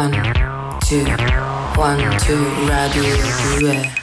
1, 2, Radio 2.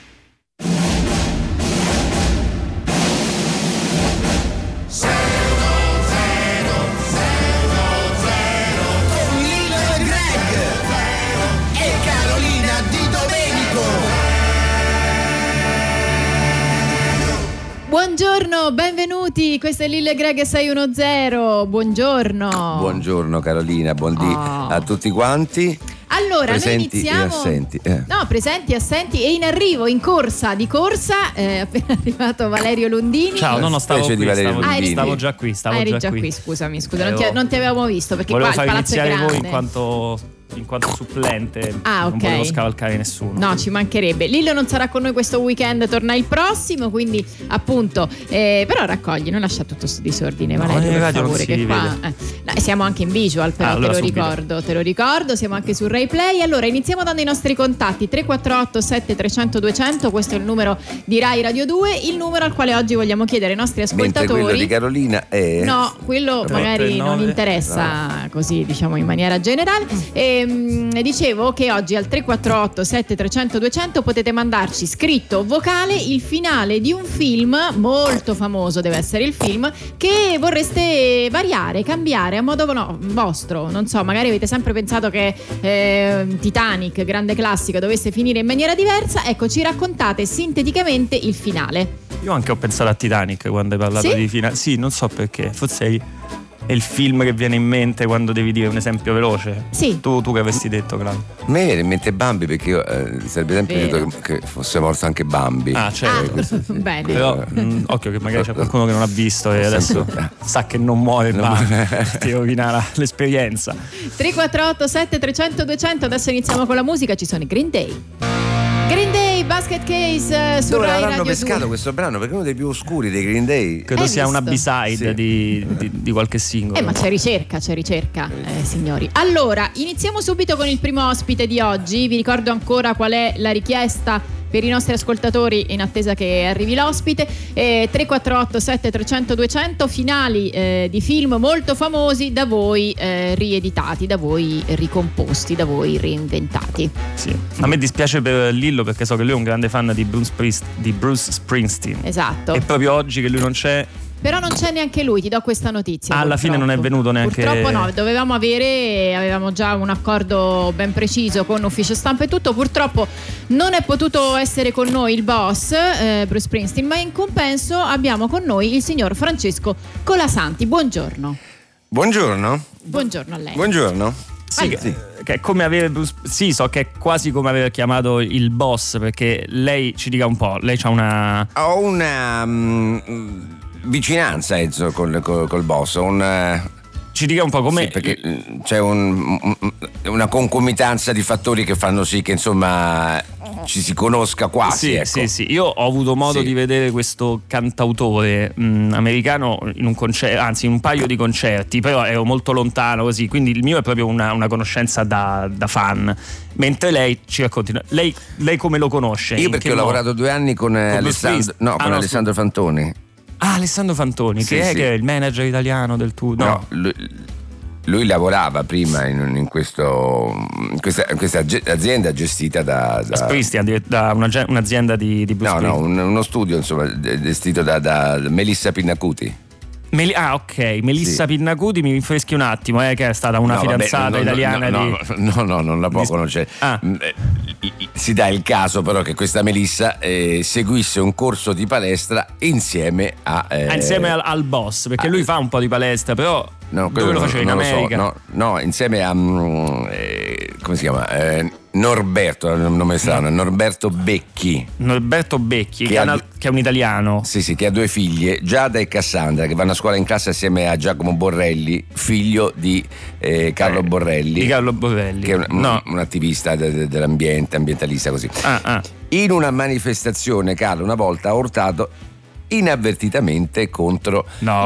Buongiorno, benvenuti, questo è Lille Greg 610, buongiorno. Buongiorno Carolina, buondì a tutti quanti. Allora, presenti noi iniziamo. E assenti. No, presenti, assenti e in arrivo, in corsa, appena arrivato Valerio Lundini. Ciao, no, stavo già qui. Eri già qui, scusami, non ti avevamo visto perché volevo qua il palazzo è grande. Volevo fare iniziare voi in quanto supplente, non volevo scavalcare nessuno. No, ci mancherebbe. Lillo non sarà con noi questo weekend, torna il prossimo, quindi appunto però raccogli, non lascia tutto sto disordine, Valerio, per favore, che qua siamo anche in visual, però allora te lo ricordo, siamo anche su Rai Play. Allora iniziamo dando i nostri contatti: 348 7300 200, questo è il numero di Rai Radio 2, il numero al quale oggi vogliamo chiedere ai nostri ascoltatori. Mentre quello di Carolina è... No, quello magari non interessa, così diciamo in maniera generale. Dicevo che oggi al 348 7300 200 potete mandarci scritto o vocale il finale di un film molto famoso, deve essere il film che vorreste variare, cambiare a modo vostro. Non so, magari avete sempre pensato che Titanic, grande classico, dovesse finire in maniera diversa. Ecco, ci raccontate sinteticamente il finale. Io anche ho pensato a Titanic quando hai parlato di finale. Sì, non so perché, forse è il film che viene in mente quando devi dire un esempio veloce. Sì. Tu che avresti detto, Claudio? A me viene in mente Bambi, perché io sarebbe sempre detto che fosse morto anche Bambi. Certo. Bene. Però occhio che magari c'è qualcuno che non ha visto e adesso sa che non muore Bambi. Ti rovina l'esperienza. 348 7300 200. Adesso iniziamo con la musica, ci sono i Green Day, Basket Case su Dove Rai l'hanno Radio pescato 2. questo brano? Perché è uno dei più oscuri dei Green Day. Credo sia una B-side Sì. di qualche singolo. Ma c'è ricerca, signori. Allora, iniziamo subito con il primo ospite di oggi. Vi ricordo ancora qual è la richiesta per i nostri ascoltatori in attesa che arrivi l'ospite. 348 7300 200, finali di film molto famosi da voi rieditati, da voi ricomposti, da voi reinventati. Sì. A me dispiace per Lillo perché so che lui è un grande fan di Bruce Springsteen. Esatto. E proprio oggi che lui non c'è. Però non c'è neanche lui, ti do questa notizia. Alla fine non è venuto neanche. Purtroppo no, avevamo già un accordo ben preciso con ufficio stampa e tutto. Purtroppo non è potuto essere con noi il boss Bruce Springsteen, ma in compenso abbiamo con noi il signor Francesco Colasanti. Buongiorno. Buongiorno A lei. Buongiorno. Sì, che è come avere sì, so che è quasi come aver chiamato il boss, perché lei ci dica un po', lei c'ha una... Ho una vicinanza, Enzo, col boss. Ci dica un po' come... Sì, perché c'è una concomitanza di fattori che fanno sì che insomma ci si conosca quasi. Sì. Io ho avuto modo di vedere questo cantautore americano in un concerto, anzi in un paio di concerti, però ero molto lontano così, quindi il mio è proprio una conoscenza da fan. Mentre lei ci racconti, lei come lo conosce? Io perché ho lavorato 2 anni con Alessandro Fantoni. Alessandro Fantoni, che è il manager italiano del tour. No, lui lavorava prima in questa azienda gestita da Springsteen, da un'azienda di Bruce Springsteen. uno studio insomma gestito da Melissa Pinnacuti. Melissa Pinnacuti, mi rinfreschi un attimo, che è stata una fidanzata italiana non la può conoscere. Si dà il caso però che questa Melissa seguisse un corso di palestra insieme al boss, perché lui fa un po' di palestra, però dove lo faceva? In America? No, insieme a come si chiama? Norberto, è un nome strano, Norberto Becchi. Che è un italiano. Sì, che ha 2 figlie, Giada e Cassandra, che vanno a scuola in classe assieme a Giacomo Borrelli, figlio di Carlo Borrelli. Di Carlo Borrelli. Che è un attivista dell'ambiente, ambientalista così. In una manifestazione Carlo una volta ha urtato inavvertitamente contro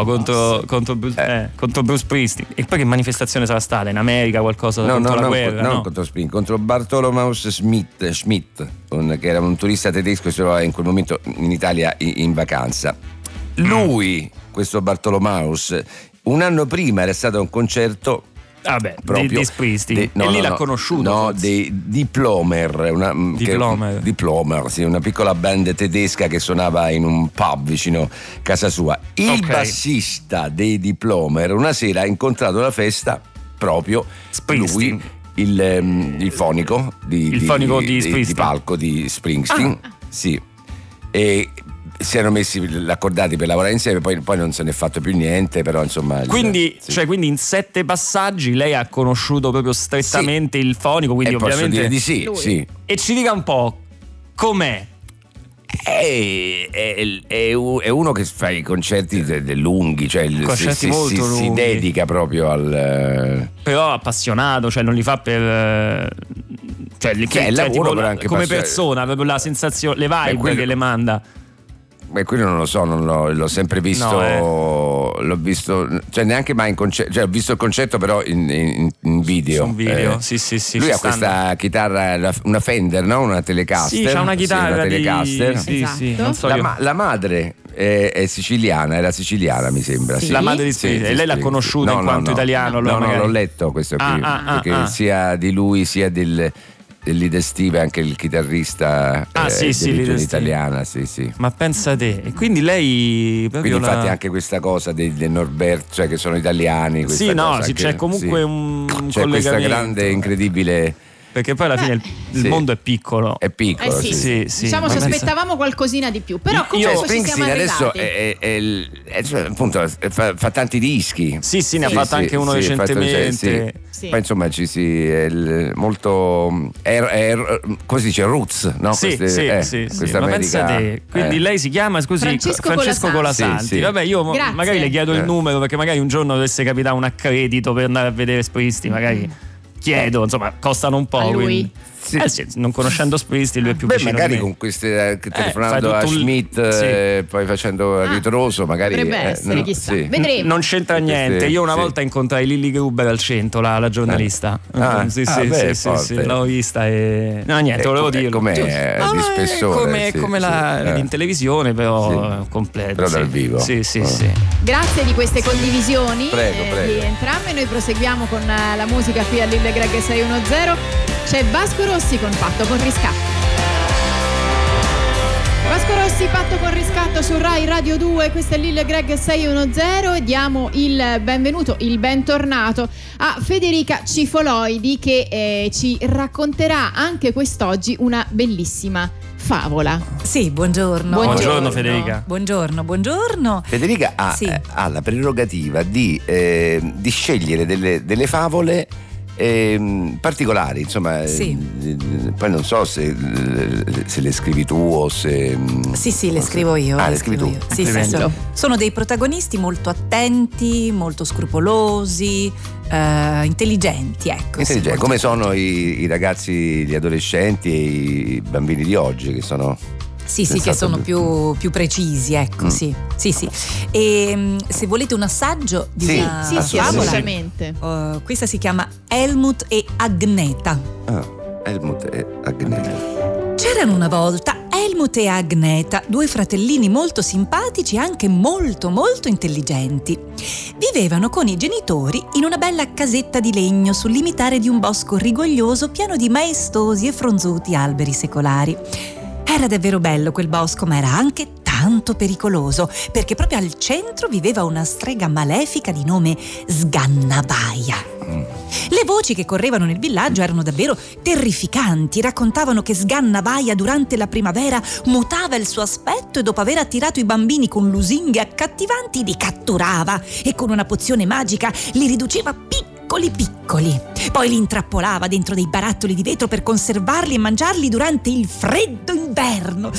Bruce Springsteen. E poi che manifestazione sarà stata? In America qualcosa contro la guerra? No, contro Springsteen, contro Bartholomaus Schmidt, che era un turista tedesco che si trovava in quel momento in Italia in vacanza. Lui, questo Bartholomaus, un anno prima era stato a un concerto Vabbè, di Springsteen. E lì l'ha conosciuto. No, dei Diplomer, Diplomer, sì, una piccola band tedesca che suonava in un pub vicino a casa sua. Il bassista dei Diplomer una sera ha incontrato alla festa proprio Springsteen. Lui, il fonico di palco di Springsteen. Sì. E si erano messi accordati per lavorare insieme, poi non se ne è fatto più niente, però insomma. Quindi in 7 passaggi lei ha conosciuto proprio strettamente il fonico, quindi ovviamente posso dire di sì. E ci dica un po' com'è. È uno che fa i concerti lunghi, cioè si dedica proprio al. Però appassionato, cioè non li fa per. Cioè lavoro, però anche come persona, proprio la sensazione, le vibe che le manda. Beh, quello non lo so, l'ho sempre visto, l'ho visto, cioè neanche mai in concerto, cioè ho visto il concerto però in video. Su un video, sì. Lui ha questa chitarra, una Fender, no? Una Telecaster. Sì, c'ha una chitarra una Telecaster. Sì, non so la madre è siciliana, era siciliana mi sembra. Sì. La madre di Springsteen. E lei l'ha conosciuta in quanto italiano? No, l'ho letto questo qui, perché sia di lui sia del Leader Steve, anche il chitarrista di religione italiana, sì. Ma pensa te, e quindi lei proprio infatti anche questa cosa del Norberto, cioè che sono italiani, c'è comunque un c'è collegamento, questa grande incredibile, perché poi alla fine il mondo è piccolo. È piccolo, sì. Diciamo ci aspettavamo qualcosina di più, però comunque Springsteen adesso appunto fa tanti dischi. Sì, ne ha fatto anche uno recentemente. Poi insomma molto come si dice, roots, no? Sì. Questa ma America, pensate, quindi lei si chiama, Francesco Colasanti. Sì. Vabbè, io magari le chiedo il numero, perché magari un giorno dovesse capitare un accredito per andare a vedere Springsteen, magari chiedo, insomma, costano un po'. A lui. Non conoscendo Springsteen, lui è più vicino. Magari con queste telefonando a Schmidt, poi facendo il ritroso, magari potrebbe essere, chissà. Vedremo. Non c'entra niente. Io una volta incontrai Lily Gruber al centro, la giornalista. Sì, l'avevo vista e niente, volevo dirlo. Com'è di spessore? Come in televisione, però completa. Però dal vivo. Sì. Grazie di queste condivisioni. Prego. Di entrambe. Noi proseguiamo con la musica qui a Lille Greg 610. C'è Vasco Rossi con Patto con riscatto. Vasco Rossi, Patto con riscatto su Rai Radio 2. Questo è Lille Greg 610 e diamo il benvenuto, il bentornato a Federica Cifoloidi, che ci racconterà anche quest'oggi una bellissima favola. Sì, buongiorno. Buongiorno Federica. Buongiorno. Federica ha la prerogativa di scegliere delle favole particolari, insomma. Poi non so se le scrivi tu o se. Sì, le scrivo io. Le scrivi tu? Sì, sono dei protagonisti molto attenti, molto scrupolosi, intelligenti, ecco. Intelligenti, come sono i ragazzi, gli adolescenti e i bambini di oggi, che sono. Sì, che sono più precisi, ecco, sì. E se volete un assaggio di una favola, assolutamente. Questa si chiama Helmut e Agneta. Helmut e Agneta. C'erano una volta Helmut e Agneta, due fratellini molto simpatici e anche molto intelligenti. Vivevano con i genitori in una bella casetta di legno sul limitare di un bosco rigoglioso pieno di maestosi e fronzuti alberi secolari. Era davvero bello quel bosco, ma era anche tanto pericoloso, perché proprio al centro viveva una strega malefica di nome Sgannabaia. Le voci che correvano nel villaggio erano davvero terrificanti. Raccontavano che Sgannabaia durante la primavera mutava il suo aspetto e dopo aver attirato i bambini con lusinghe accattivanti li catturava e con una pozione magica li riduceva piccoli. Poi li intrappolava dentro dei barattoli di vetro per conservarli e mangiarli durante il freddo inverno.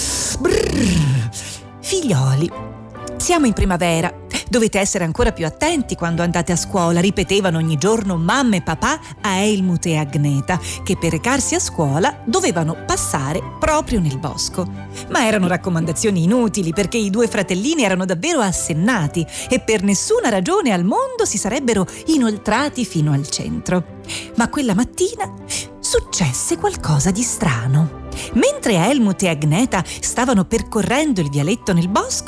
Figlioli, siamo in primavera. Dovete essere ancora più attenti quando andate a scuola, ripetevano ogni giorno mamma e papà a Helmut e Agneta, che per recarsi a scuola dovevano passare proprio nel bosco. Ma erano raccomandazioni inutili, perché i due fratellini erano davvero assennati e per nessuna ragione al mondo si sarebbero inoltrati fino al centro. Ma quella mattina successe qualcosa di strano. Mentre Helmut e Agneta stavano percorrendo il vialetto nel bosco,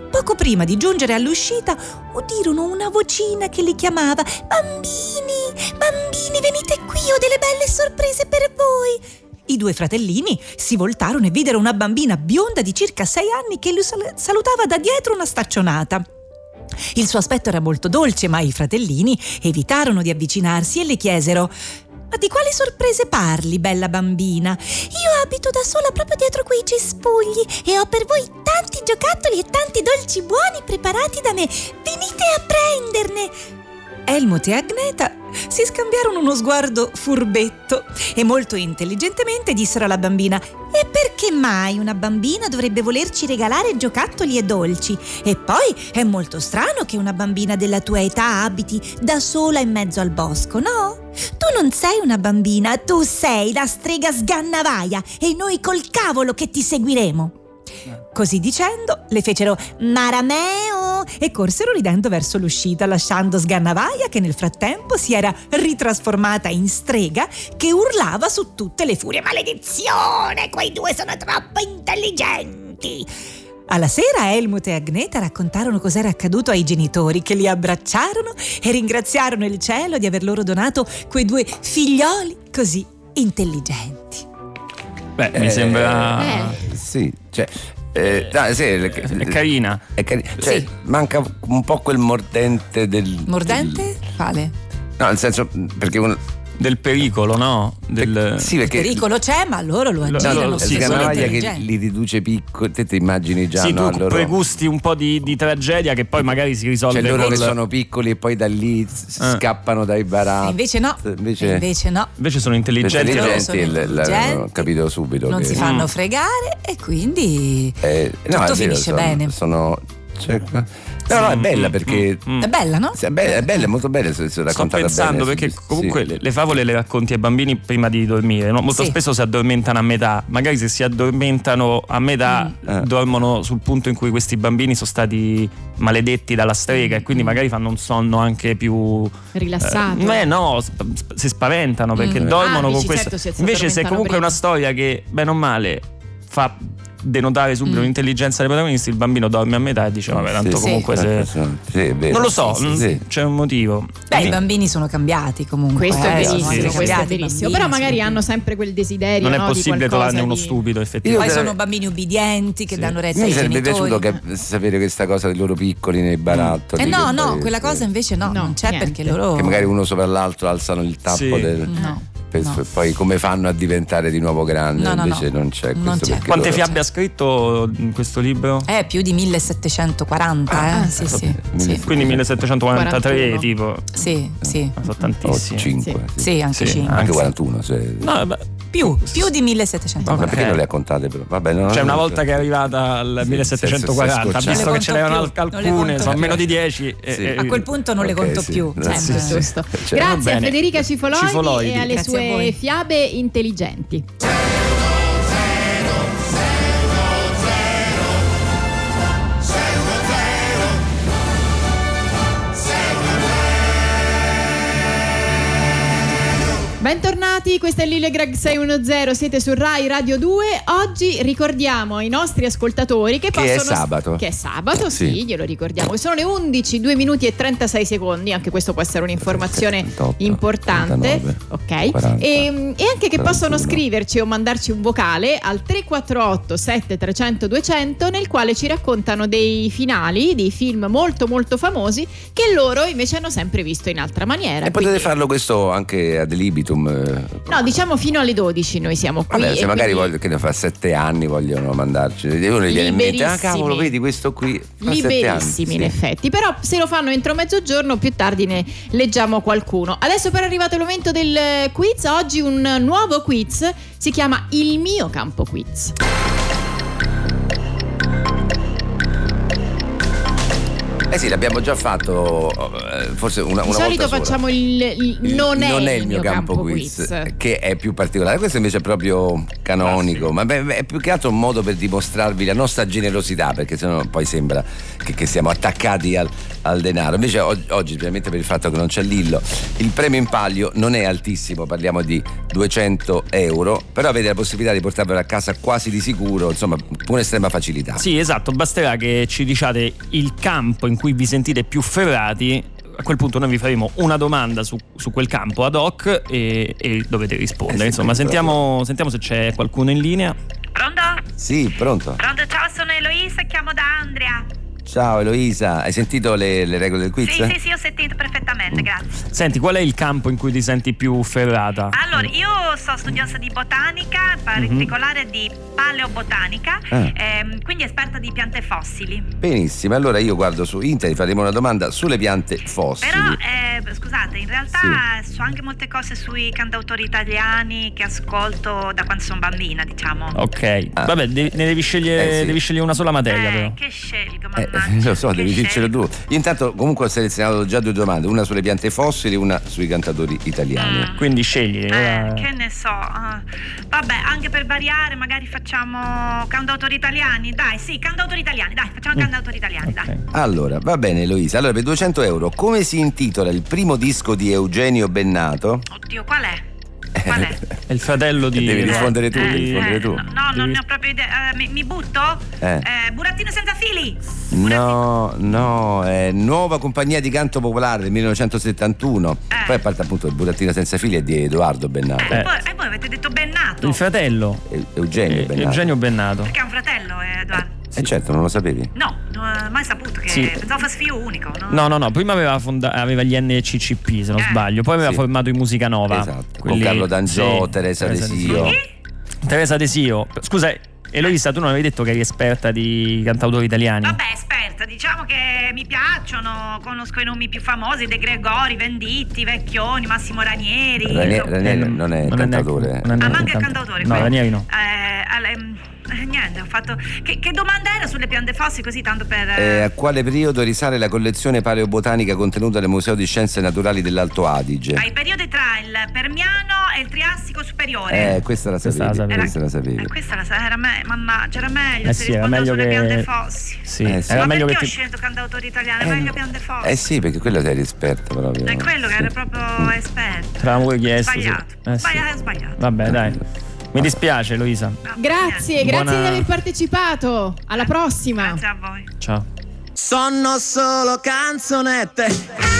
Poco prima di giungere all'uscita udirono una vocina che li chiamava: bambini, bambini, venite qui, ho delle belle sorprese per voi. I due fratellini si voltarono e videro una bambina bionda di circa 6 anni che li salutava da dietro una staccionata. Il suo aspetto era molto dolce, ma i fratellini evitarono di avvicinarsi e le chiesero: ma di quali sorprese parli, bella bambina? Io abito da sola proprio dietro quei cespugli e ho per voi tanti giocattoli e tanti dolci buoni preparati da me. Venite a prenderne. Helmut e Agneta si scambiarono uno sguardo furbetto e molto intelligentemente dissero alla bambina: e perché mai una bambina dovrebbe volerci regalare giocattoli e dolci? E poi è molto strano che una bambina della tua età abiti da sola in mezzo al bosco, no? Tu non sei una bambina, tu sei la strega Sgannavaia e noi col cavolo che ti seguiremo. Così dicendo le fecero marameo e corsero ridendo verso l'uscita, lasciando Sgannavaia che nel frattempo si era ritrasformata in strega che urlava su tutte le furie: maledizione, quei due sono troppo intelligenti. Alla sera Helmut e Agneta raccontarono cos'era accaduto ai genitori, che li abbracciarono e ringraziarono il cielo di aver loro donato quei due figlioli così intelligenti. Beh, mi sembra... Sì, cioè... è carina. Cioè, sì. Manca un po' quel mordente del... Mordente? Quale? No, nel senso, perché del pericolo, no? Sì, perché il pericolo c'è, ma loro lo aggirano. Sì, Sgannavaia che li riduce piccoli, te ti immagini già, sì, no? Tu pregusti un po' di tragedia che poi magari si risolve. Cioè loro che sono piccoli e poi da lì scappano dai baratti. Invece no. Invece sono intelligenti. L'ho capito subito. Non si fanno fregare e quindi tutto finisce bene. No, è bella perché... È bella, no? È bella, è molto bella se raccontata bene. Sto pensando perché comunque le favole le racconti ai bambini prima di dormire, no? Molto spesso si addormentano a metà. Magari se si addormentano a metà dormono sul punto in cui questi bambini sono stati maledetti dalla strega e quindi magari fanno un sonno anche più rilassato. No, si spaventano perché dormono con questo. Certo, invece se comunque è una storia che bene o male fa denotare subito l'intelligenza dei protagonisti, il bambino dorme a metà e dice vabbè, tanto comunque se non lo so, c'è un motivo. I bambini sono cambiati comunque. Questo è verissimo, però magari hanno sempre quel desiderio. Non è possibile trovarne uno stupido effettivamente. Poi sono bambini ubbidienti che danno retta ai genitori. Mi sarebbe piaciuto sapere questa cosa dei loro piccoli nei barattoli. No, quella cosa invece non c'è, niente. Perché loro che magari uno sopra l'altro alzano il tappo del... No. Poi come fanno a diventare di nuovo grandi? Invece non c'è questo. Quante fiabe ha scritto in questo libro? Più di 1740. Sì. Quindi 1743 tipo. Sì. Sono tantissimi. 5. Sì, anche 5. Anche 41. Più di 1740. Ma perché non le ha contate? Vabbè, cioè una volta che è arrivata al 1740, visto che ce n'erano alcune, sono meno di 10. A quel punto non le conto più. Giusto. Grazie a Federica Cifoloidi e alle sue fiabe intelligenti. Bentornati, questa è Lille Greg 610, siete su Rai Radio 2. Oggi ricordiamo ai nostri ascoltatori che possono... È sabato. Che è sabato, sì, glielo ricordiamo. Sono le 11, 2 minuti e 36 secondi, anche questo può essere un'informazione 78, importante. 39, ok. 40, e anche che 41. Possono scriverci o mandarci un vocale al 348 7300 200 nel quale ci raccontano dei finali, dei film molto molto famosi che loro invece hanno sempre visto in altra maniera. E potete farlo questo anche ad libitum. No, diciamo fino alle 12 noi siamo qui. Vabbè, se magari voglio, che ne fa 7 anni vogliono mandarci, uno gli viene in mente, cavolo, vedi questo qui fa liberissimi in effetti, però se lo fanno entro mezzogiorno più tardi ne leggiamo qualcuno. Adesso però è arrivato il momento del quiz. Oggi un nuovo quiz, si chiama Il mio campo quiz. Sì, l'abbiamo già fatto, forse una volta. Di solito facciamo il non è il mio campo quiz, che è più particolare. Questo invece è proprio canonico, ma è più che altro un modo per dimostrarvi la nostra generosità, perché sennò poi sembra che siamo attaccati al denaro. Invece oggi, specialmente per il fatto che non c'è Lillo, il premio in palio non è altissimo, parliamo di 200 euro, però avete la possibilità di portarvelo a casa quasi di sicuro, insomma, con estrema facilità. Sì, esatto, basterà che ci diciate il campo in cui vi sentite più ferrati. A quel punto noi vi faremo una domanda su quel campo ad hoc e dovete rispondere. Sì, insomma, sentiamo se c'è qualcuno in linea. Pronto? Sì, pronto. Pronto, ciao, sono Eloisa e chiamo da Andria. Ciao Eloisa, hai sentito le regole del quiz? Sì, ho sentito perfettamente, grazie. Senti, qual è il campo in cui ti senti più ferrata? Allora, io sono studiosa di botanica, in particolare di paleobotanica, quindi esperta di piante fossili. Benissimo, allora io guardo su internet, faremo una domanda sulle piante fossili. Però, scusate, in realtà so anche molte cose sui cantautori italiani che ascolto da quando sono bambina, diciamo. Ok, vabbè, ne devi scegliere una sola materia però. Che scelgo, mamma? Lo so, devi dircelo tu. Io intanto comunque ho selezionato già 2 domande, una sulle piante fossili e una sui cantatori italiani. Quindi scegli. Che ne so. Vabbè, anche per variare magari facciamo cantautori italiani. Dai, sì, cantautori italiani. Dai, facciamo cantautori italiani, Okay. dai. Allora, va bene Eloisa, allora per 200 euro come si intitola il primo disco di Eugenio Bennato? Oddio, qual è? Qual è? È il fratello di... Devi rispondere tu, No, non ne ho proprio idea. Mi butto? Burattino senza fili. No, è Nuova Compagnia di Canto Popolare del 1971. Poi a parte appunto il Burattino senza fili è di Edoardo Bennato. E voi avete detto Bennato. Il fratello. Eugenio Bennato. Eugenio Bennato. Perché ha un fratello, Edoardo? Certo, non lo sapevi? No, non ho mai saputo che... Sì. Pensavo fosse figlio unico, no? No, prima aveva gli NCCP, se non sbaglio, poi aveva formato i Musica Nova. Esatto, con Carlo D'Angio, Teresa Desio. Teresa Desio. Scusa, Eloisa, tu non avevi detto che eri esperta di cantautori italiani? Vabbè, esperta, diciamo che mi piacciono, conosco i nomi più famosi, De Gregori, Venditti, Vecchioni, Massimo Ranieri. Ranieri non è cantautore. Ma anche cantautore. No, Ranieri no. Niente, ho fatto... Che domanda era sulle piante fossili, così tanto per... A quale periodo risale la collezione paleobotanica contenuta nel Museo di Scienze Naturali dell'Alto Adige? Ai periodi tra il Permiano e il Triassico superiore. Questa la sapevi. Questa era mannaggia, era meglio se era rispondevo meglio sulle che... piante fossili. Sì, era ma meglio perché che ho scelto cantautori italiani? È meglio piante fossili. Sì, perché quello sei esperto proprio. È quello che era proprio esperto. Sbagliato. Sbagliato. Vabbè, dai. Mi dispiace, Eloisa. Grazie di aver partecipato. Alla prossima. Grazie a voi. Ciao. Sono solo canzonette.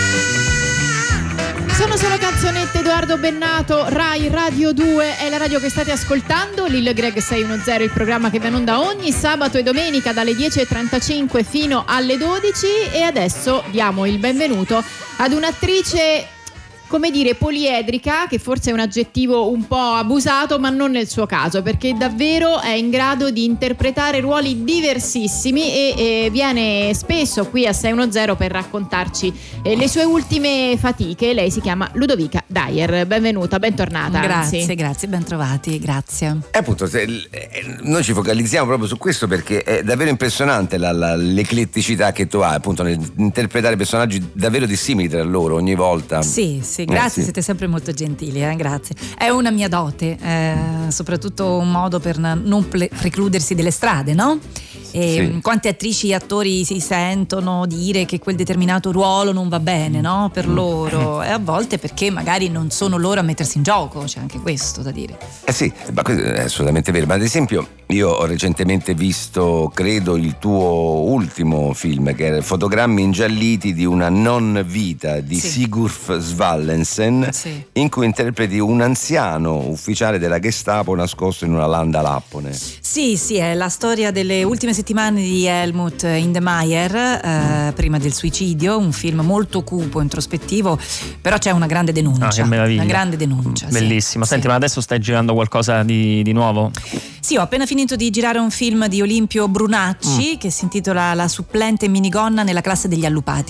Sono solo canzonette. Edoardo Bennato, Rai Radio 2 è la radio che state ascoltando. Lil Greg 610, il programma che va in onda ogni sabato e domenica dalle 10:35 fino alle 12. E adesso diamo il benvenuto ad un'attrice, come dire, poliedrica, che forse è un aggettivo un po' abusato, ma non nel suo caso, perché davvero è in grado di interpretare ruoli diversissimi e viene spesso qui a 610 per raccontarci le sue ultime fatiche. Lei si chiama Ludovica Dyer. Benvenuta, bentornata. Grazie, ben trovati, grazie. Appunto, noi ci focalizziamo proprio su questo perché è davvero impressionante l'ecletticità che tu hai, appunto, nell'interpretare personaggi davvero dissimili tra loro ogni volta. Sì, grazie, siete sempre molto gentili, grazie. È una mia dote, soprattutto un modo per non precludersi delle strade, no? Quante attrici e attori si sentono dire che quel determinato ruolo non va bene, no? Per loro, e a volte perché magari non sono loro a mettersi in gioco, c'è anche questo da dire. Sì, ma questo è assolutamente vero. Ma ad esempio io ho recentemente visto, credo, il tuo ultimo film, che era Fotogrammi ingialliti di una non vita di Sigurd Svallensen, in cui interpreti un anziano ufficiale della Gestapo nascosto in una landa lappone. Sì, è la storia delle ultime settimane di Helmut Hindemeyer, prima del suicidio, un film molto cupo, introspettivo, però c'è una grande denuncia. Che meraviglia. Una grande denuncia. Bellissima. Senti, ma adesso stai girando qualcosa di nuovo? Sì, ho appena finito di girare un film di Olimpio Brunacci che si intitola La supplente minigonna nella classe degli allupati.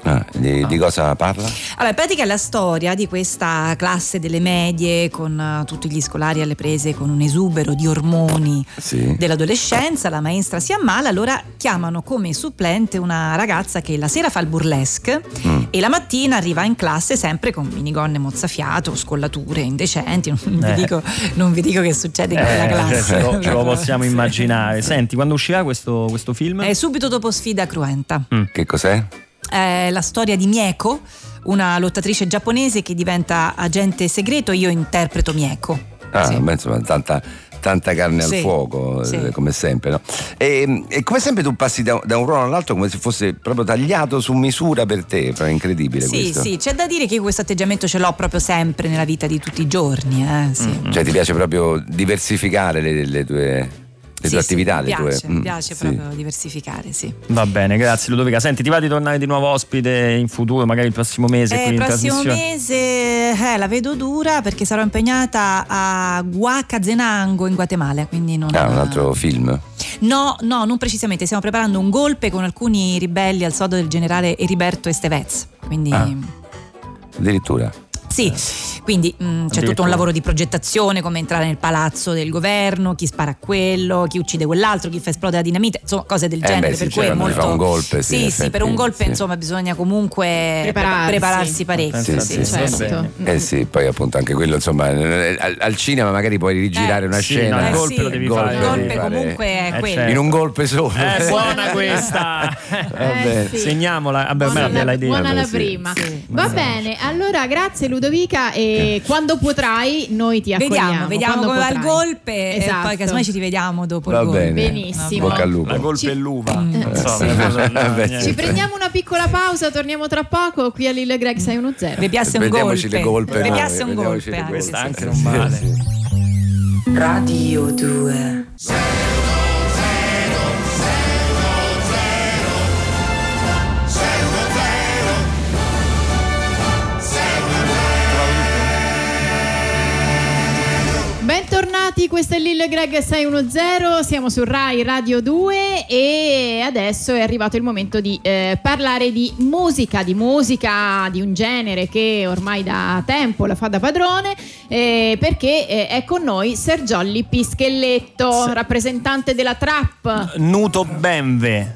Di cosa parla? Allora, in pratica è la storia di questa classe delle medie con tutti gli scolari alle prese con un esubero di ormoni dell'adolescenza. La maestra si ammala, allora chiamano come supplente una ragazza che la sera fa il burlesque e la mattina arriva in classe sempre con minigonne mozzafiato, scollature indecenti. Non vi dico che succede in quella classe. Ce lo possiamo immaginare. Senti, quando uscirà questo film? È subito dopo Sfida cruenta. Che cos'è? È la storia di Mieko, una lottatrice giapponese che diventa agente segreto. Io interpreto Mieko. Beh, insomma, tanta carne al fuoco, come sempre, no? E come sempre tu passi da un ruolo all'altro come se fosse proprio tagliato su misura per te, è incredibile questo. Sì, c'è da dire che io questo atteggiamento ce l'ho proprio sempre nella vita di tutti i giorni. Cioè ti piace proprio diversificare le tue attività, mi piace proprio diversificare, Va bene, grazie Ludovica. Senti, ti va di tornare di nuovo ospite in futuro, magari il prossimo mese qui in trasmissione? Il prossimo mese la vedo dura perché sarò impegnata a Huacazenango in Guatemala, quindi non un altro film? No, non precisamente, stiamo preparando un golpe con alcuni ribelli al soldo del generale Heriberto Estevez, quindi addirittura. Sì, quindi c'è tutto un lavoro di progettazione, come entrare nel palazzo del governo, chi spara a quello, chi uccide quell'altro, chi fa esplodere la dinamite, insomma cose del genere, per cui è molto... fa un golpe, per un golpe insomma bisogna comunque prepararsi parecchio. Sì, poi appunto anche quello insomma al cinema magari puoi rigirare una scena. Il golpe lo devi fare. Il golpe comunque è quello. In un golpe solo. Buona questa. Segniamola. Buona la prima. Va bene, allora grazie Ludovica e quando potrai noi ti accogliamo. Vediamo come va il golpe e poi casomai ci rivediamo dopo il golpe. Benissimo. Bocca al lupo. La golpe e l'uva. Ci prendiamo una piccola pausa, torniamo tra poco qui a Lille Greg 610. Vi piace un golpe. Vi piace un golpe. Questa anche non male. Radio 2. Bentornati, questo è Lille Greg 610, siamo su Rai Radio 2 e adesso è arrivato il momento di parlare di musica di un genere che ormai da tempo la fa da padrone, perché è con noi Sergiolli Pischelletto, rappresentante della trap. Nuto Benve,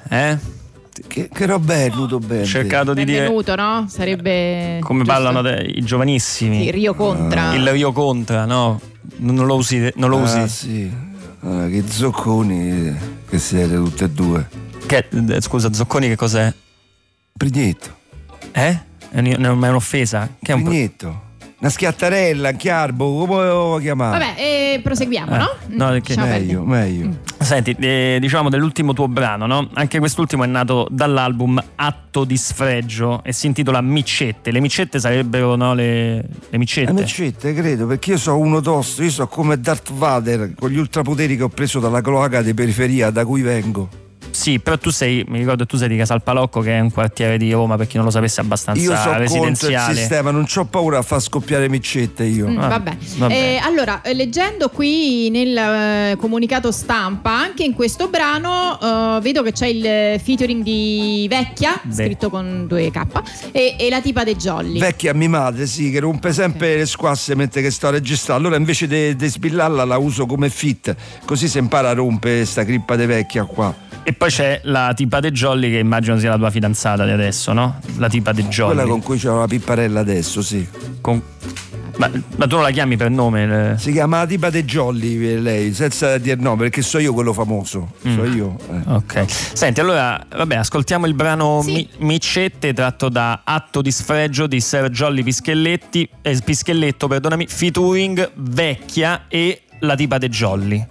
Che roba è Nuto Benve? Ho cercato di dire Benvenuto, no? Sarebbe come giusto? parlano i giovanissimi. Sì, Rio Contra. Il Rio Contra, no? Non lo usi? Sì. Che zocconi che siete tutte e due. Scusa, zocconi che cos'è? Prignetto. È un'offesa? Che è un Prignetto. Una schiattarella, un chiarbo, come lo chiamare? Vabbè, proseguiamo, no? No, perché meglio. Senti, diciamo dell'ultimo tuo brano, no? Anche quest'ultimo è nato dall'album Atto di sfregio e si intitola Micette. Le micette sarebbero, no, le micette? Le micette, credo, perché io so uno tosto, io so come Darth Vader con gli ultrapoteri che ho preso dalla cloaca di periferia da cui vengo. Sì, però mi ricordo tu sei di Casalpalocco, che è un quartiere di Roma, per chi non lo sapesse, abbastanza io so residenziale. Contro il sistema, non c'ho paura a far scoppiare micette io. Vabbè. Allora, leggendo qui nel comunicato stampa, anche in questo brano vedo che c'è il featuring di Vecchia, scritto con 2K, e la tipa dei Jolly. Vecchia mia madre, sì, che rompe sempre le squasse mentre che sto a registrare. Allora invece di spillarla la uso come fit, così si impara a rompere sta crippa di Vecchia qua. E poi c'è la tipa De Jolly, che immagino sia la tua fidanzata di adesso, no? La tipa De Jolly. Quella con cui c'ho la pipparella adesso, sì. Ma tu non la chiami per nome? Si chiama la tipa De Jolly lei, senza dire no, perché so io quello famoso. So io. Ok. Senti, allora, vabbè, ascoltiamo il brano Micette, tratto da Atto di sfregio di Sergiolli Pischelletto, featuring Vecchia e la tipa De Jolly.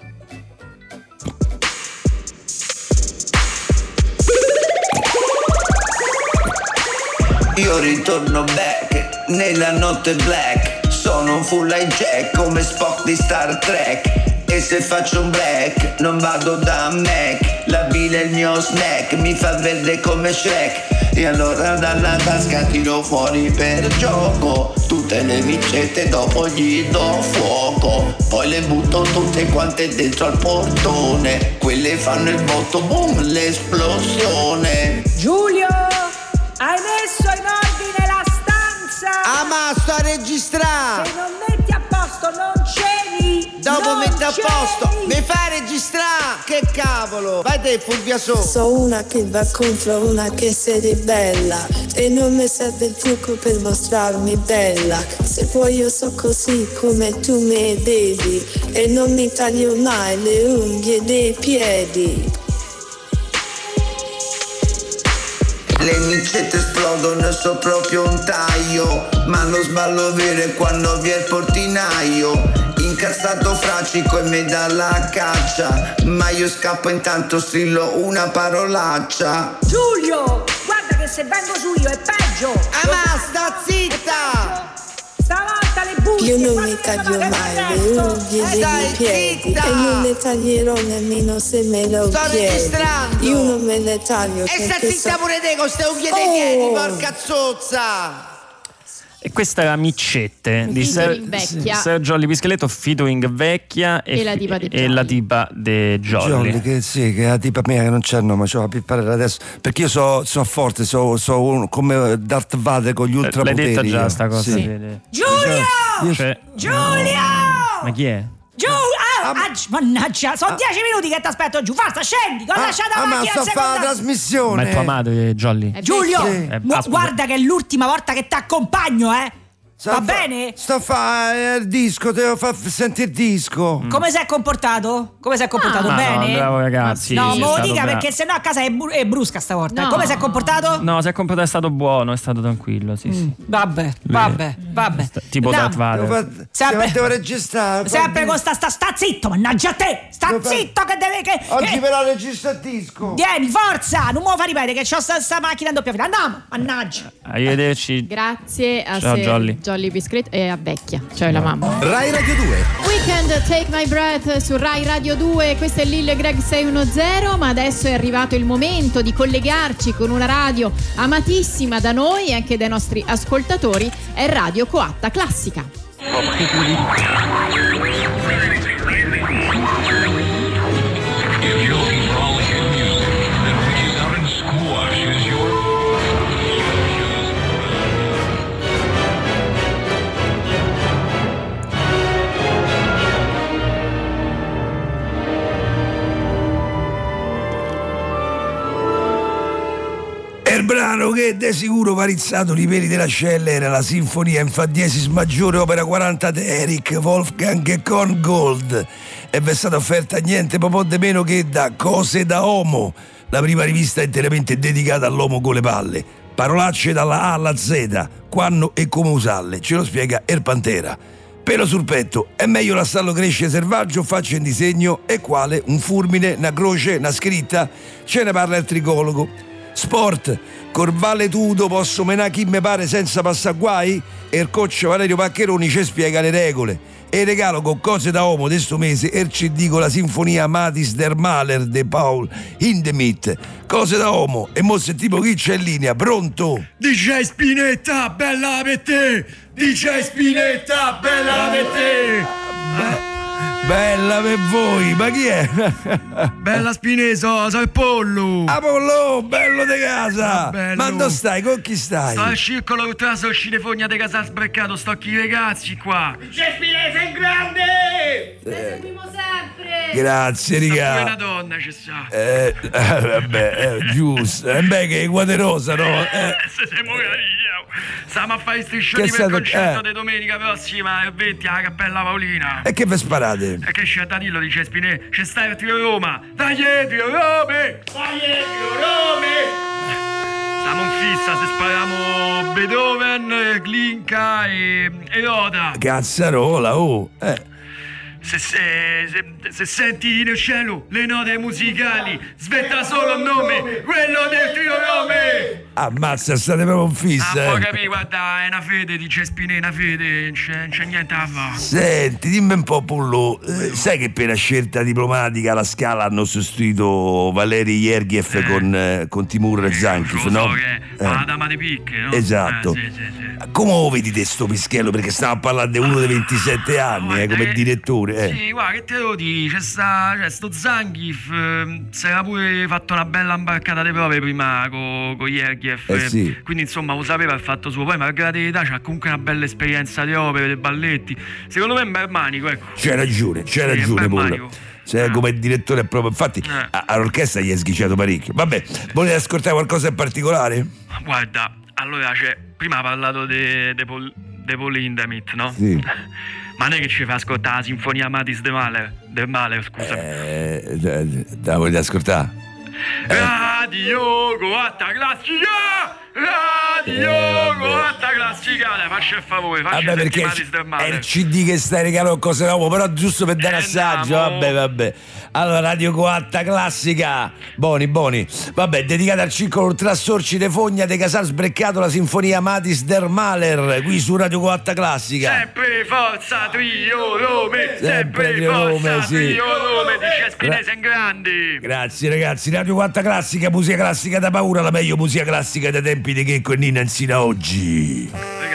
Io ritorno back nella notte black. Sono un full hijack come Spock di Star Trek. E se faccio un break non vado da Mac. La bile è il mio snack, mi fa verde come Shrek. E allora dalla tasca tiro fuori per gioco tutte le micette, dopo gli do fuoco. Poi le butto tutte quante dentro al portone. Quelle fanno il botto, boom, l'esplosione. Giulio, hai messo ma sto a registrare. Se non metti a posto non ceni. Dopo metti a posto, mi fai registrare. Che cavolo. Vai te Fulvia So. So una che va contro una che si ribella e non mi serve il trucco per mostrarmi bella. Se poi io so così come tu mi vedi e non mi taglio mai le unghie dei piedi. Le micette esplodono, so proprio un taglio, ma non sballo vero quando vi è il portinaio. Incazzato fracico e mi dà la caccia, ma io scappo intanto strillo una parolaccia. Giulio, guarda che se vengo su io è peggio. Ma sta zitta! Stavolta le bugie. Io non mi taglio mai le unghie dei piedi e non le taglierò nemmeno se me lo sto chiedi. Registrando. Io non me le taglio. E sta zitta pure te con ste unghie dei piedi, porca zozza! E questa era Micette di Sir Jolly Pischeletto featuring Vecchia e la tipa de Jolly. Che sì, che è la tipa mia che non c'è il nome, cioè, per parlare adesso. Perché io so forte, so come Darth Vader con gli ultrapoteri. L'hai detta già sta cosa. Sì. Giulio! Giulio! Ma chi è? Mannaggia, sono 10 minuti che ti aspetto giù. Forza, scendi, ho lasciato la macchina. Ma sto a fare la trasmissione. Ma è tua madre, Jolly? Giulio, guarda che è l'ultima volta che ti accompagno, Va bene? Sto a fare il disco, devo far sentire il disco. Come sei comportato? Bene? No, bravo ragazzi. No, me lo dica perché sennò a casa è brusca stavolta. No. Come sei comportato? No, si è comportato, è stato buono, è stato tranquillo, sì. Vabbè. Tipo Darth Vader. Devo registrare. Sempre con sta zitto, mannaggia a te! Zitto che deve che. Oggi però registra il disco. Vieni, forza! Non me lo fa ripetere che c'ho sta macchina in doppia fila. Andiamo, mannaggia. Arrivederci. Grazie a Ciao, Jolly Pischeletto e a Vecchia, cioè la mamma. Rai Radio 2. Weekend Take My Breath su Rai Radio 2. Questo è Lil Greg 610, ma adesso è arrivato il momento di collegarci con una radio amatissima da noi e anche dai nostri ascoltatori, è Radio Coatta Classica. Il brano che de sicuro va rizzato i peli dell'ascella era la sinfonia in fa diesis maggiore opera 40 di Eric Wolfgang con Gold e vi è stata offerta niente po' di meno che da Cose da Homo, la prima rivista interamente dedicata all'uomo con le palle. Parolacce dalla A alla Z, quando e come usarle, ce lo spiega El Pantera. Pelo sul petto, è meglio lasciarlo crescere selvaggio, faccia in disegno e quale? Un fulmine, una croce, una scritta? Ce ne parla il tricologo. Sport, Corvale Tudo, posso menare chi mi pare senza passare guai? E il coach Valerio Paccheroni ci spiega le regole. E regalo con Cose da Homo di sto mese il CD con la sinfonia Matis der Mahler de Paul Hindemith. Cose da Homo, e mo se tipo chi c'è in linea, pronto? DJ Spinetta, bella per te! DJ Spinetta, bella per te! Bella per voi, ma chi è? Bella Spineso, sono il Pollo. Apollo, bello di casa. Bello. Ma dove stai? Con chi stai? Sto al circolo con la sono uscite fogna di casa sbreccato, sto con i ragazzi qua. C'è Spinetta in grande! Seguimo sempre. Grazie, riga. Sta una donna ci sta. Vabbè, giusto. Beh, che è guaderosa, no? Se siamo stiamo a fare i striscioni per il concerto di domenica prossima il 20 alla Cappella Paolina. E che vi sparate? E che c'è da dirlo, dice Spinetta, c'è sta il Trio Roma. Dai, Trio Rome! Dai, Trio Rome! Siamo in fissa se spariamo Beethoven, Glinka e Roda. Cazzarola, oh! Se senti nel cielo le note musicali, svetta solo il nome, quello del Trio Rome! Ammazza, state proprio in fissa. Poi capì, guarda, è una fede, dice Spinetta, una fede, non c'è niente da fare. Senti, dimmi un po', Pullo, sai che per la scelta diplomatica alla Scala hanno sostituito Valeri Gergiev con Timur Zankif, no? Che la dama di picche, no? Esatto. Sì. Come lo vedi te sto Pischello? Perché stiamo a parlare di uno dei 27 anni, come direttore. Sì, guarda, che te lo dico, c'è sto Zankif, si era pure fatto una bella imbarcata di prove prima con Gergiev. Gergiev, sì. Quindi insomma lo sapeva il fatto suo. Poi malgrado l'età c'ha comunque una bella esperienza di opere, di balletti. Secondo me è un bel manico, ecco. C'è ragione Pollo. Come direttore proprio, infatti all'orchestra gli è sghicciato parecchio. Vabbè, volete ascoltare qualcosa in particolare? Guarda, allora prima ha parlato di Paul Hindemith, no? Sì. Ma non è che ci fa ascoltare la Sinfonia Amadis del male, scusa. La volete ascoltare? Radio Coatta Classica! Radio Coatta Classica! Dai, faccia il favore, faccia perché Amadis del male. è il CD che stai regalando cose nuove, però giusto per dare assaggio. Vabbè. Allora, Radio Coatta Classica, buoni. Vabbè, dedicata al circolo Ultrasorci de Fogna de Casal Sbreccato, la Sinfonia Amadis der Mahler, qui su Radio Coatta Classica. Sempre forza Trio Rome, sempre forza Trio Rome, dice Spinese in grandi. Grazie ragazzi, Radio Coatta Classica, musica classica da paura, la meglio musica classica dai tempi di Checco e Nina insino a oggi.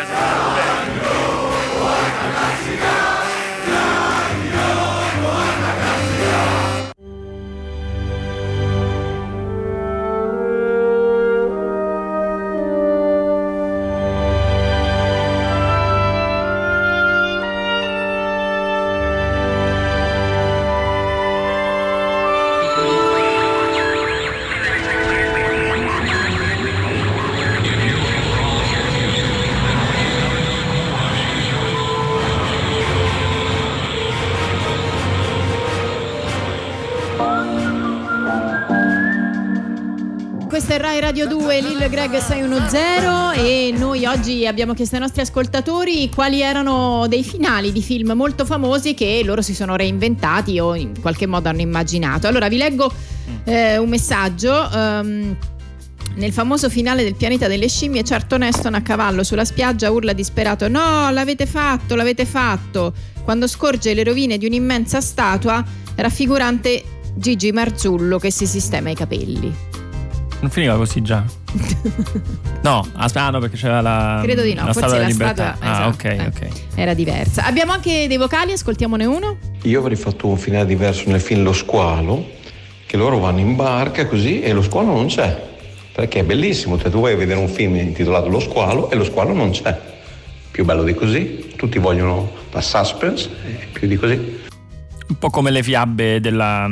Questa è Rai Radio 2, Lil Greg 610 e noi oggi abbiamo chiesto ai nostri ascoltatori quali erano dei finali di film molto famosi che loro si sono reinventati o in qualche modo hanno immaginato. Allora vi leggo un messaggio. Nel famoso finale del Pianeta delle Scimmie, Charlton Heston a cavallo sulla spiaggia urla disperato: no, l'avete fatto, quando scorge le rovine di un'immensa statua raffigurante Gigi Marzullo che si sistema i capelli. Non finiva così già? No, no, perché c'era la credo di no, la forse Statua la della Libertà. statua Ok. Era diversa. Abbiamo anche dei vocali, ascoltiamone uno. Io avrei fatto un finale diverso nel film Lo Squalo, che loro vanno in barca così e lo squalo non c'è, perché è bellissimo, tu vai a vedere un film intitolato Lo Squalo e lo squalo non c'è. Più bello di così, tutti vogliono la suspense e più di così. Un po' come le fiabe della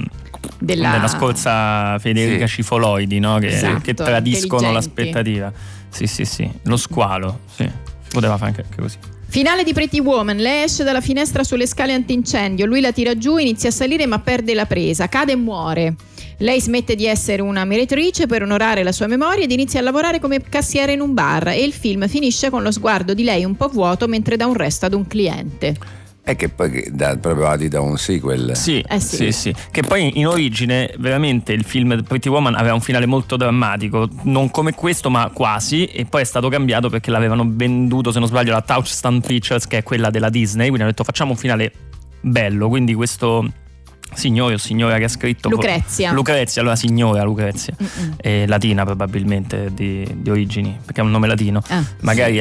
scorsa Federica Cifoloidi, no? Che tradiscono l'aspettativa. Sì. Lo squalo, sì. Poteva fare anche così. Finale di Pretty Woman. Lei esce dalla finestra sulle scale antincendio, lui la tira giù, inizia a salire ma perde la presa, cade e muore. Lei smette di essere una meretrice per onorare la sua memoria ed inizia a lavorare come cassiera in un bar e il film finisce con lo sguardo di lei un po' vuoto mentre dà un resto ad un cliente. E che poi proprio da un sequel. Sì. Che poi in origine veramente il film Pretty Woman aveva un finale molto drammatico, non come questo ma quasi, e poi è stato cambiato perché l'avevano venduto, se non sbaglio, la Touchstone Pictures, che è quella della Disney, quindi hanno detto facciamo un finale bello, quindi questo signore o signora che ha scritto Lucrezia, allora signora Lucrezia latina probabilmente di origini, perché è un nome latino, magari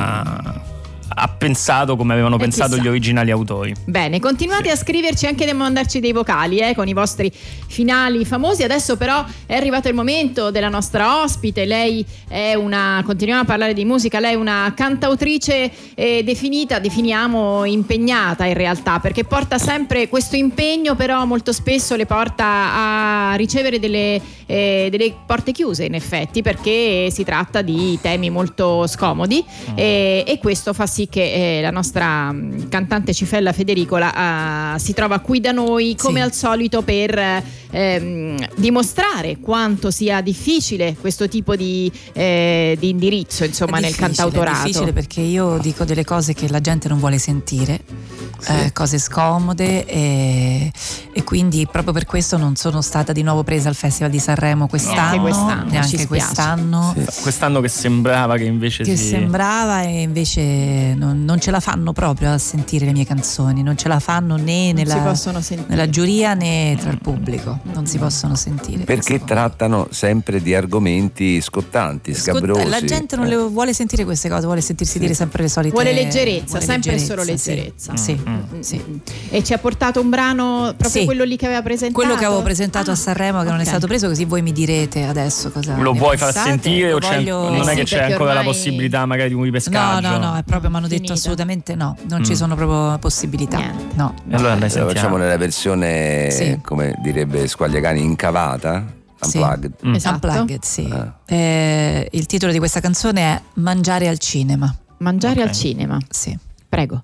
ha pensato come avevano pensato chissà. Gli originali autori. Bene, continuate a scriverci anche a mandarci dei vocali con i vostri finali famosi. Adesso però è arrivato il momento della nostra ospite. Lei è continuiamo a parlare di musica, lei è una cantautrice definiamo impegnata in realtà, perché porta sempre questo impegno, però molto spesso le porta a ricevere delle porte chiuse in effetti, perché si tratta di temi molto scomodi e questo fa sì che la nostra cantante Cifella Federicola si trova qui da noi come al solito per dimostrare quanto sia difficile questo tipo di indirizzo, insomma, nel cantautorato. È difficile perché io dico delle cose che la gente non vuole sentire, cose scomode e quindi proprio per questo non sono stata di nuovo presa al Festival di Sanremo neanche quest'anno. Quest'anno che sembrava che invece sembrava e invece non ce la fanno proprio a sentire le mie canzoni, non ce la fanno né nella giuria né tra il pubblico, non si possono sentire perché trattano sempre di argomenti scottanti, scabrosi. La gente non le vuole sentire queste cose, vuole sentirsi dire sempre le solite, vuole leggerezza, sempre leggerezza, solo leggerezza. Sì. Sì. E ci ha portato un brano proprio quello lì che aveva presentato? Quello che avevo presentato a Sanremo, che non è stato preso, così voi mi direte adesso cosa lo ne vuoi pensate. far sentire o non è che c'è ancora la possibilità magari di un ripescaggio? No, è proprio, mi hanno detto assolutamente no, non ci sono proprio possibilità. No. E allora lo facciamo nella versione, come direbbe Squagliacani, incavata, unplugged. Esatto. Unplugged, sì. Il titolo di questa canzone è Mangiare al cinema. Mangiare al cinema? Sì. Prego.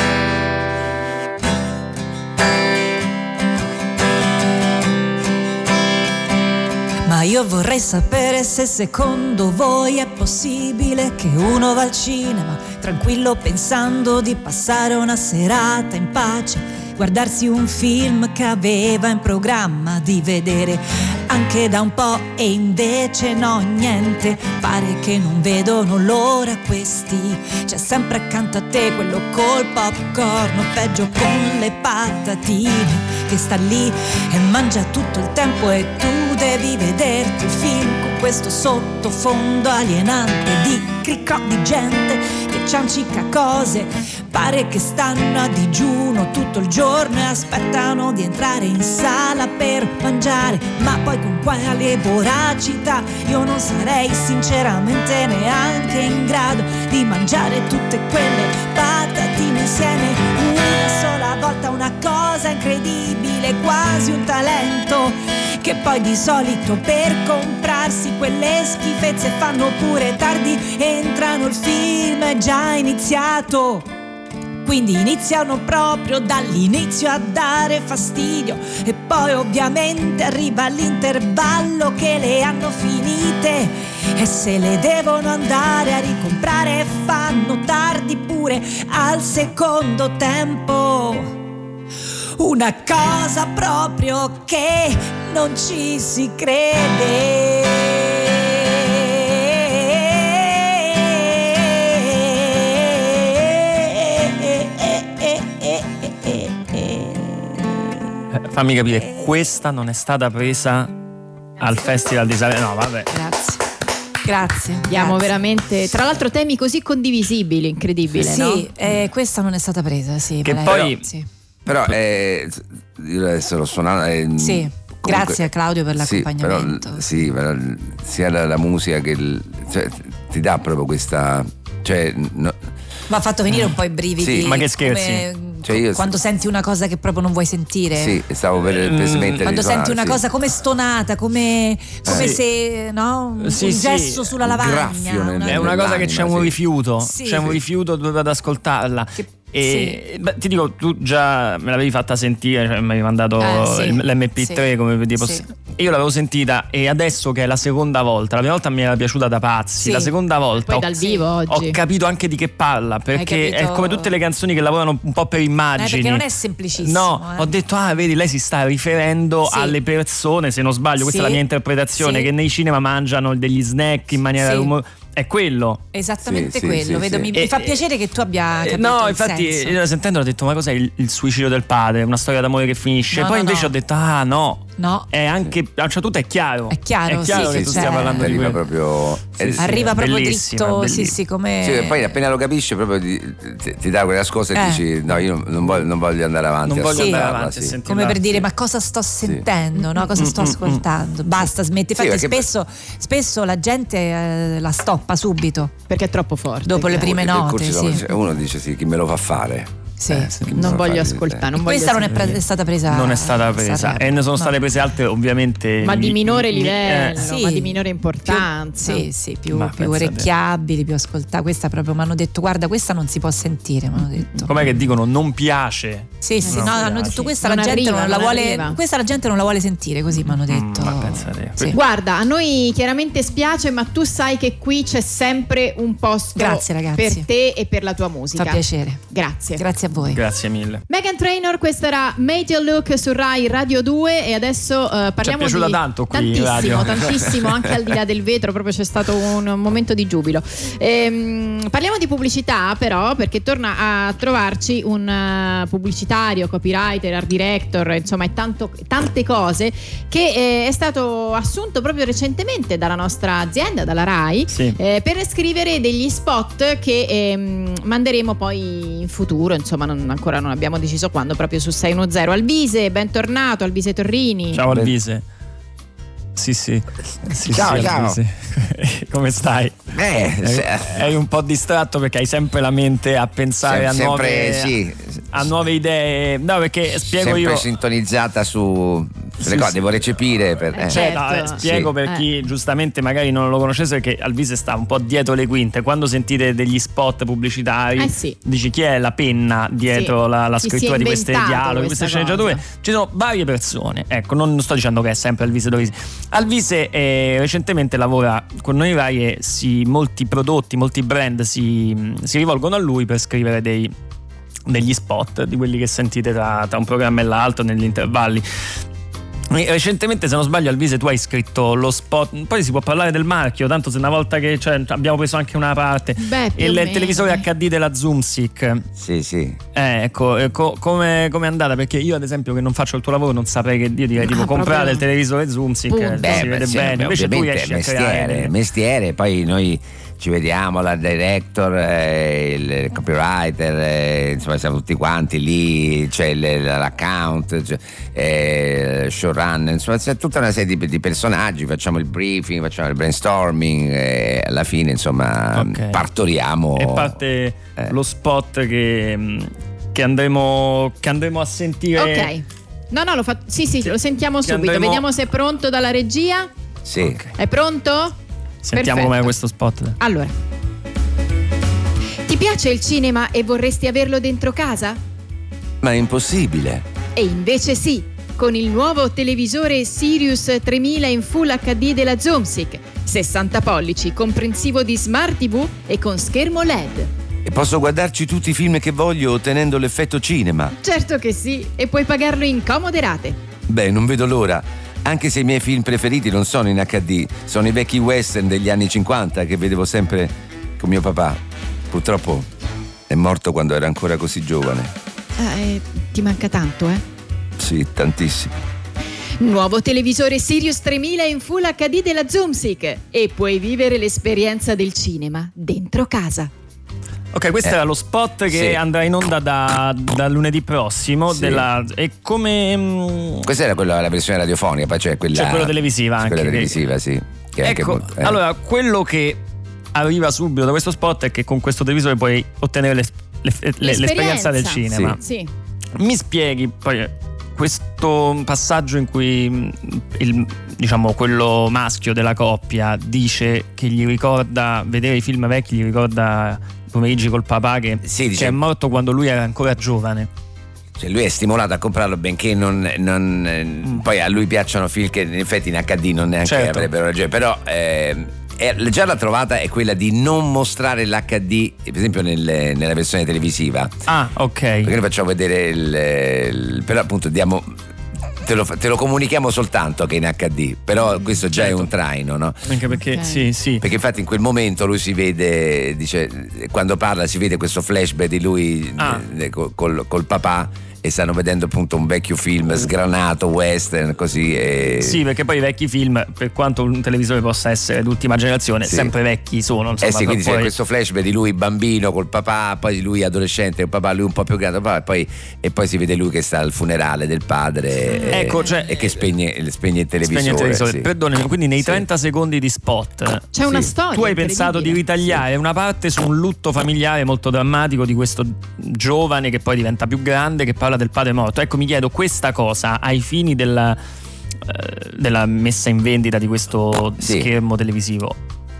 Ma io vorrei sapere se secondo voi è possibile che uno va al cinema tranquillo pensando di passare una serata in pace, guardarsi un film che aveva in programma di vedere anche da un po' e invece no, niente, pare che non vedono l'ora questi. C'è sempre accanto a te quello col popcorn o peggio con le patatine che sta lì e mangia tutto il tempo e tu devi vederti il film con questo sottofondo alienante di cricò di gente che ciancica cose, pare che stanno a digiuno tutto il giorno e aspettano di entrare in sala per mangiare, ma poi con quale voracità io non sarei sinceramente neanche in grado di mangiare tutte quelle patatine insieme una sola volta, una cosa incredibile, quasi un talento, che poi di solito per comprarsi quelle schifezze fanno pure tardi, entrano, il film è già iniziato, quindi iniziano proprio dall'inizio a dare fastidio e poi ovviamente arriva l'intervallo che le hanno finite e se le devono andare a ricomprare fanno tardi pure al secondo tempo. Una cosa proprio che non ci si crede. Fammi capire, questa non è stata presa al Festival di Sanremo? No, vabbè. Grazie. Abbiamo veramente, tra l'altro, temi così condivisibili, incredibile, sì, no? Questa non è stata presa, sì. Che poi... Però io adesso l'ho suonato. Sì. Comunque, grazie a Claudio per l'accompagnamento. Però sia la musica che ti dà proprio questa. Cioè, mi ha fatto venire un po' i brividi. Sì. Ma che scherzi? Quando senti una cosa che proprio non vuoi sentire. Sì, stavo per smettere. Quando senti una cosa come stonata, come sì. se un gesso sulla lavagna. È una cosa che c'è un rifiuto. Sì. C'è un rifiuto dove ad ascoltarla. Ti dico, tu già me l'avevi fatta sentire, cioè mi avevi mandato l'MP3 come vedi. E io l'avevo sentita e adesso che è la seconda volta, la prima volta mi era piaciuta da pazzi, la seconda volta poi dal vivo oggi ho capito anche di che parla, perché è come tutte le canzoni che lavorano un po' per immagini, perché non è semplicissimo. No, ho detto vedi, lei si sta riferendo alle persone, se non sbaglio, questa è la mia interpretazione, che nei cinema mangiano degli snack in maniera è quello. Esattamente quello. Vedo, mi fa piacere che tu abbia capito. No, infatti io sentendo ho detto ma cos'è il suicidio del padre, una storia d'amore che finisce. Poi invece ho detto no, è anche cioè tutto è chiaro. È chiaro che tu stia parlando di quello. Proprio arriva proprio dritto, sì, come sì, poi appena lo capisci proprio ti dà quella scossa e dici no, io non voglio andare avanti. Non voglio andare avanti, come per dire ma cosa sto sentendo, no? Cosa sto ascoltando? Basta, smetti. Infatti spesso la gente la stoppa subito perché è troppo forte. Dopo le prime note, uno dice chi me lo fa fare. Non voglio ascoltare. Questa non è stata presa. Non è stata presa. E ne sono state prese altre, ovviamente. Ma di minore livello, ma di minore importanza. Più orecchiabili, più ascoltate. Questa proprio mi hanno detto: guarda, questa non si può sentire. Mi hanno detto. Com'è che dicono? Non piace. Hanno detto questa la gente non la vuole. Questa la gente non la vuole sentire, così mi hanno detto. Ma pensate. Guarda, a noi chiaramente spiace, ma tu sai che qui c'è sempre un posto per te e per la tua musica. Fa piacere. Grazie a voi. Grazie mille. Meghan Trainor, questa era Made You Look su Rai Radio 2 e adesso parliamo ci è piaciuta tanto qui tantissimo, anche al di là del vetro, proprio c'è stato un momento di giubilo. Parliamo di pubblicità però, perché torna a trovarci un pubblicitario, copywriter, art director, insomma è tante cose che è stato assunto proprio recentemente dalla nostra azienda, dalla Rai, per scrivere degli spot che manderemo poi in futuro, insomma ma ancora non abbiamo deciso quando, proprio su 610. Alvise, bentornato, Alvise Torrini. Ciao Alvise. Sì, ciao. Alvise. Come stai? Eri un po' distratto perché hai sempre la mente a pensare a nuove idee. No, perché spiego sempre io. Sempre sintonizzata su le cose, devo recepire. Spiego per chi giustamente magari non lo conoscesse, perché Alvise sta un po' dietro le quinte. Quando sentite degli spot pubblicitari, dici chi è la penna dietro la scrittura di questi dialoghi, queste sceneggiature. Ci sono varie persone. Ecco, non sto dicendo che è sempre Alvise Torrini. Alvise recentemente lavora con noi Rai e molti prodotti, molti brand si rivolgono a lui per scrivere degli spot di quelli che sentite tra un programma e l'altro negli intervalli. Recentemente, se non sbaglio, Alvise, tu hai scritto lo spot. Poi si può parlare del marchio, tanto se una volta che abbiamo preso anche una parte. Il televisore HD della Zoomsic. Sì. Ecco, come è andata? Perché io, ad esempio, che non faccio il tuo lavoro, non saprei che direi tipo comprare il televisore Zoomsic, si vede bene. Invece tu riesci a creare mestiere, poi noi ci vediamo, la director, il copywriter, insomma siamo tutti quanti lì, c'è l'account, showrunner, insomma c'è tutta una serie di personaggi, facciamo il briefing, facciamo il brainstorming e alla fine insomma partoriamo. E parte lo spot che andremo a sentire. Ok. No, lo sentiamo subito. Vediamo se è pronto dalla regia. Sì. Okay. È pronto? Sentiamo com'è questo spot. Allora, ti piace il cinema e vorresti averlo dentro casa? Ma è impossibile. E invece sì, con il nuovo televisore Sirius 3000 in Full HD della Zoomsic, 60 pollici, comprensivo di Smart TV e con schermo LED. E posso guardarci tutti i film che voglio ottenendo l'effetto cinema? Certo che sì, e puoi pagarlo in comode rate. Beh, non vedo l'ora. Anche se i miei film preferiti non sono in HD, sono i vecchi western degli anni 50 che vedevo sempre con mio papà. Purtroppo è morto quando era ancora così giovane. Ti manca tanto, eh? Sì, tantissimo. Nuovo televisore Sirius 3000 in Full HD della Zoomsic e puoi vivere l'esperienza del cinema dentro casa. Ok, questo era lo spot che andrà in onda da lunedì prossimo. Sì. E come. Questa era la versione radiofonica, poi c'è quella. C'è quella televisiva anche. Quella televisiva, sì. Che ecco, anche molto, allora, quello che arriva subito da questo spot è che con questo televisore puoi ottenere l'esperienza del cinema. Sì. Mi spieghi poi questo passaggio in cui quello maschio della coppia dice che gli ricorda vedere i film vecchi, gli ricorda pomeriggi col papà che è morto quando lui era ancora giovane. Cioè lui è stimolato a comprarlo, benché poi a lui piacciono film che in effetti in HD non neanche avrebbero ragione, però già la trovata è quella di non mostrare l'HD, per esempio nella versione televisiva. Ah, ok. Perché noi facciamo vedere però appunto te lo comunichiamo soltanto che in HD, però questo già è un traino, no? Anche perché sì. Perché infatti in quel momento lui si vede, quando parla si vede questo flashback di lui col papà, e stanno vedendo appunto un vecchio film sgranato, western, così. Sì, perché poi i vecchi film, per quanto un televisore possa essere d'ultima generazione, sempre vecchi sono. Insomma, quindi c'è questo flashback di lui bambino col papà, poi di lui adolescente, il papà, lui un po' più grande, e poi si vede lui che sta al funerale del padre e che spegne il televisore. Sì. Perdonami, quindi nei 30 secondi di spot c'è una storia. Tu hai pensato di ritagliare una parte su un lutto familiare molto drammatico di questo giovane che poi diventa più grande, che parla del padre morto. Ecco, mi chiedo, questa cosa ai fini della messa in vendita di questo schermo televisivo,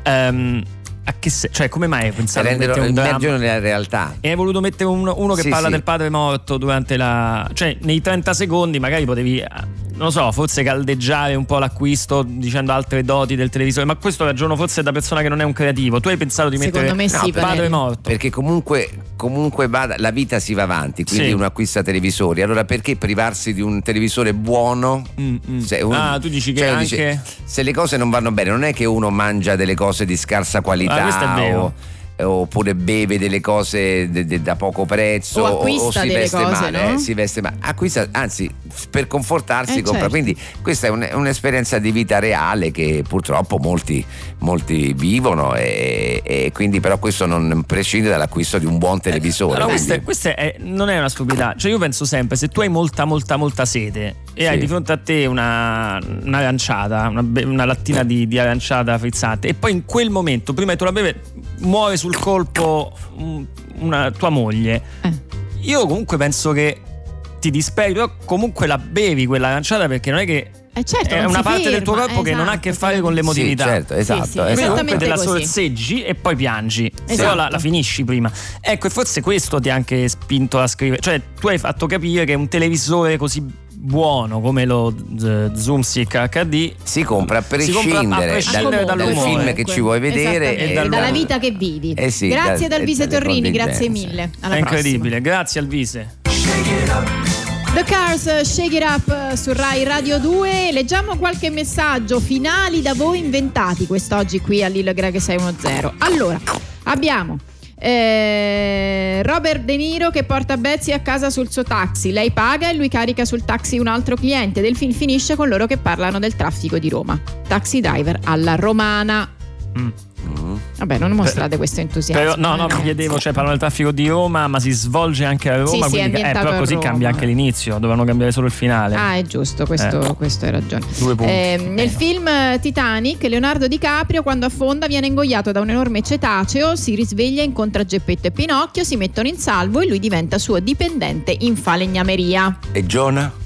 cioè come mai hai pensato di mettere un dramma nella realtà? E hai voluto mettere uno che parla del padre morto durante cioè nei 30 secondi magari potevi, non lo so, forse caldeggiare un po' l'acquisto dicendo altre doti del televisore, ma questo ragiono forse da persona che non è un creativo. Tu hai pensato di mettere padre morto? Perché comunque la vita si va avanti, quindi uno acquista televisori, allora perché privarsi di un televisore buono? Tu dici che anche se le cose non vanno bene, non è che uno mangia delle cose di scarsa qualità. Questo è vero. oppure beve delle cose da poco prezzo o si veste cose, male, no? si veste male, acquista, anzi per confortarsi compra, certo. Quindi questa è un'esperienza di vita reale che purtroppo molti vivono e quindi però questo non prescinde dall'acquisto di un buon televisore. Questa non è una stupidità, cioè io penso sempre, se tu hai molta sete e hai di fronte a te un'aranciata, una lattina di aranciata frizzante, e poi in quel momento prima che tu la beve muore sul colpo una tua moglie, io comunque penso che ti disperi, però comunque la bevi quell'aranciata, perché non è che certo, è una parte del tuo corpo che non ha a che fare con l'emotività. Sì, certo, esatto. Quindi comunque te la così. sorseggi e poi piangi, Esatto. però la finisci prima. Ecco, e forse questo ti ha anche spinto a scrivere, cioè tu hai fatto capire che un televisore così buono come lo Zoomstick HD si compra a prescindere dal film che ci vuoi vedere e dalla vita che vivi. Sì, grazie ad Alvise Torrini, contingenze. grazie mille. Alla è incredibile, prossima. grazie Alvise. The Cars, Shake It Up su Rai Radio 2. Leggiamo qualche messaggio. Finali da voi inventati quest'oggi qui a Lil Greg 610. Allora, abbiamo Robert De Niro che porta Betsy a casa sul suo taxi, lei paga e lui carica sul taxi un altro cliente. Del film finisce con loro che parlano del traffico di Roma. Taxi driver alla romana. Vabbè, non mostrate questo entusiasmo. Però, no, mi chiedevo, cioè parlano del traffico di Roma, ma si svolge anche a Roma, sì, quindi però così a Roma. Cambia anche l'inizio, dovevano cambiare solo il finale. Ah, è giusto, questo hai ragione. 2 punti. Nel film Titanic, Leonardo DiCaprio quando affonda viene ingoiato da un enorme cetaceo, si risveglia, incontra Geppetto e Pinocchio, si mettono in salvo e lui diventa suo dipendente in falegnameria. E Jonah?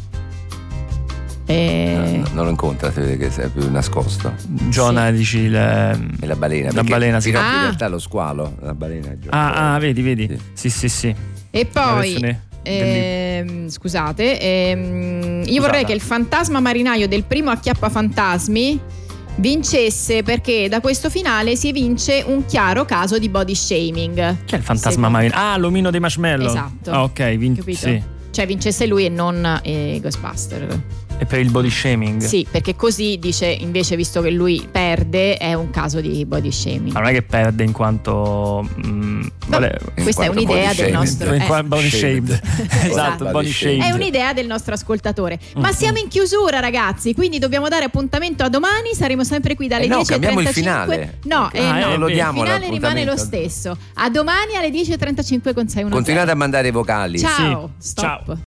Non lo incontra, si vede che sei più nascosto. Jonah, dici è la balena. La balena, sì. Pinocchio in realtà è lo squalo, la balena è vedi. Sì. E poi scusate, io vorrei che il fantasma marinaio del primo Acchiappafantasmi vincesse, perché da questo finale si evince un chiaro caso di body shaming. C'è il fantasma marinaio? l'omino dei marshmallow. Esatto. Ok, capito? Sì. Cioè vincesse lui e non Ghostbuster. E per il body shaming? Sì, perché così dice, invece, visto che lui perde, è un caso di body shaming. Ma non è che perde in quanto questa è un'idea del nostro body shamed. Esatto, body shamed. È un'idea del nostro ascoltatore. Ma siamo in chiusura, ragazzi, quindi dobbiamo dare appuntamento a domani. Saremo sempre qui dalle 10:35. Cambiamo il finale. No, lo diamo il finale rimane lo stesso. A domani alle 10:35 con 610. Continuate a mandare i vocali. Ciao. Ciao.